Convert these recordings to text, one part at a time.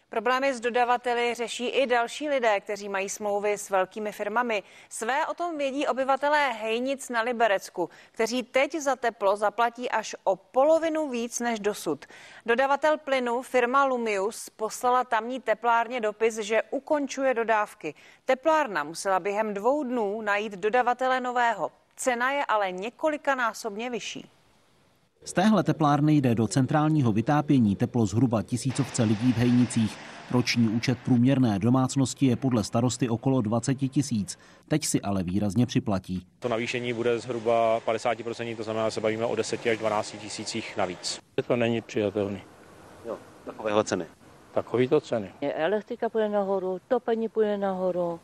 Problémy s dodavateli řeší i další lidé, kteří mají smlouvy s velkými firmami. Své o tom vědí obyvatelé Hejnic na Liberecku, kteří teď za teplo zaplatí až o polovinu víc než dosud. Dodavatel plynu, firma Lumius, poslala tamní teplárně dopis, že ukončuje dodávky. Teplárna musela během 2 dnů najít dodavatele nového. Cena je ale několikanásobně vyšší. Z téhle teplárny jde do centrálního vytápění teplo zhruba 1000 lidí v Hejnicích. Roční účet průměrné domácnosti je podle starosty okolo 20 000. Teď si ale výrazně připlatí. To navýšení bude zhruba 50%, to znamená, že se bavíme o 10 až 12 tisících navíc. To není přijatelný. Jo, takovéhle ceny. Takovýto ceny. Elektrika půjde nahoru, topení půjde nahoru.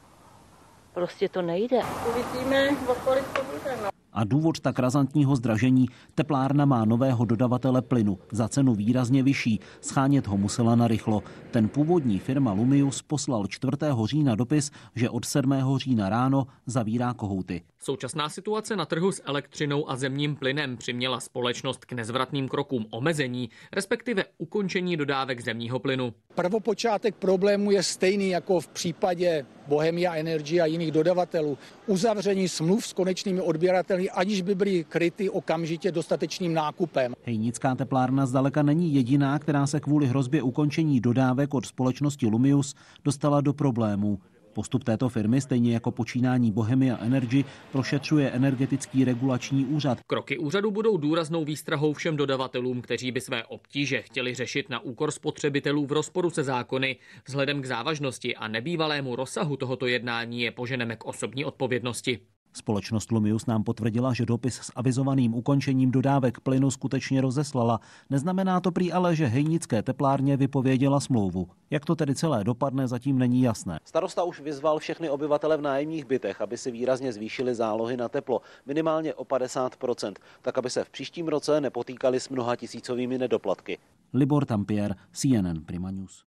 Prostě to nejde. Uvidíme, o kolik to bude. A důvod tak razantního zdražení: teplárna má nového dodavatele plynu, za cenu výrazně vyšší, schánět ho musela narychlo. Ten původní firma Lumius poslal 4. října dopis, že od 7. října ráno zavírá kohouty. Současná situace na trhu s elektřinou a zemním plynem přiměla společnost k nezvratným krokům omezení, respektive ukončení dodávek zemního plynu. Prvopočátek problému je stejný jako v případě Bohemia Energy a jiných dodavatelů. Uzavření smluv s konečnými odběrateli, aniž by byly kryty okamžitě dostatečným nákupem. Hejnická teplárna zdaleka není jediná, která se kvůli hrozbě ukončení dodávek od společnosti Lumius dostala do problémů. Postup této firmy, stejně jako počínání Bohemia Energy, prošetřuje Energetický regulační úřad. Kroky úřadu budou důraznou výstrahou všem dodavatelům, kteří by své obtíže chtěli řešit na úkor spotřebitelů v rozporu se zákony. Vzhledem k závažnosti a nebývalému rozsahu tohoto jednání je poženeme k osobní odpovědnosti. Společnost Lumius nám potvrdila, že dopis s avizovaným ukončením dodávek plynu skutečně rozeslala. Neznamená to prý ale, že hejnické teplárně vypověděla smlouvu. Jak to tedy celé dopadne, zatím není jasné. Starosta už vyzval všechny obyvatele v nájemních bytech, aby si výrazně zvýšili zálohy na teplo, minimálně o 50%, tak aby se v příštím roce nepotýkali s mnoha tisícovými nedoplatky. Libor Tampier, CNN Prima News.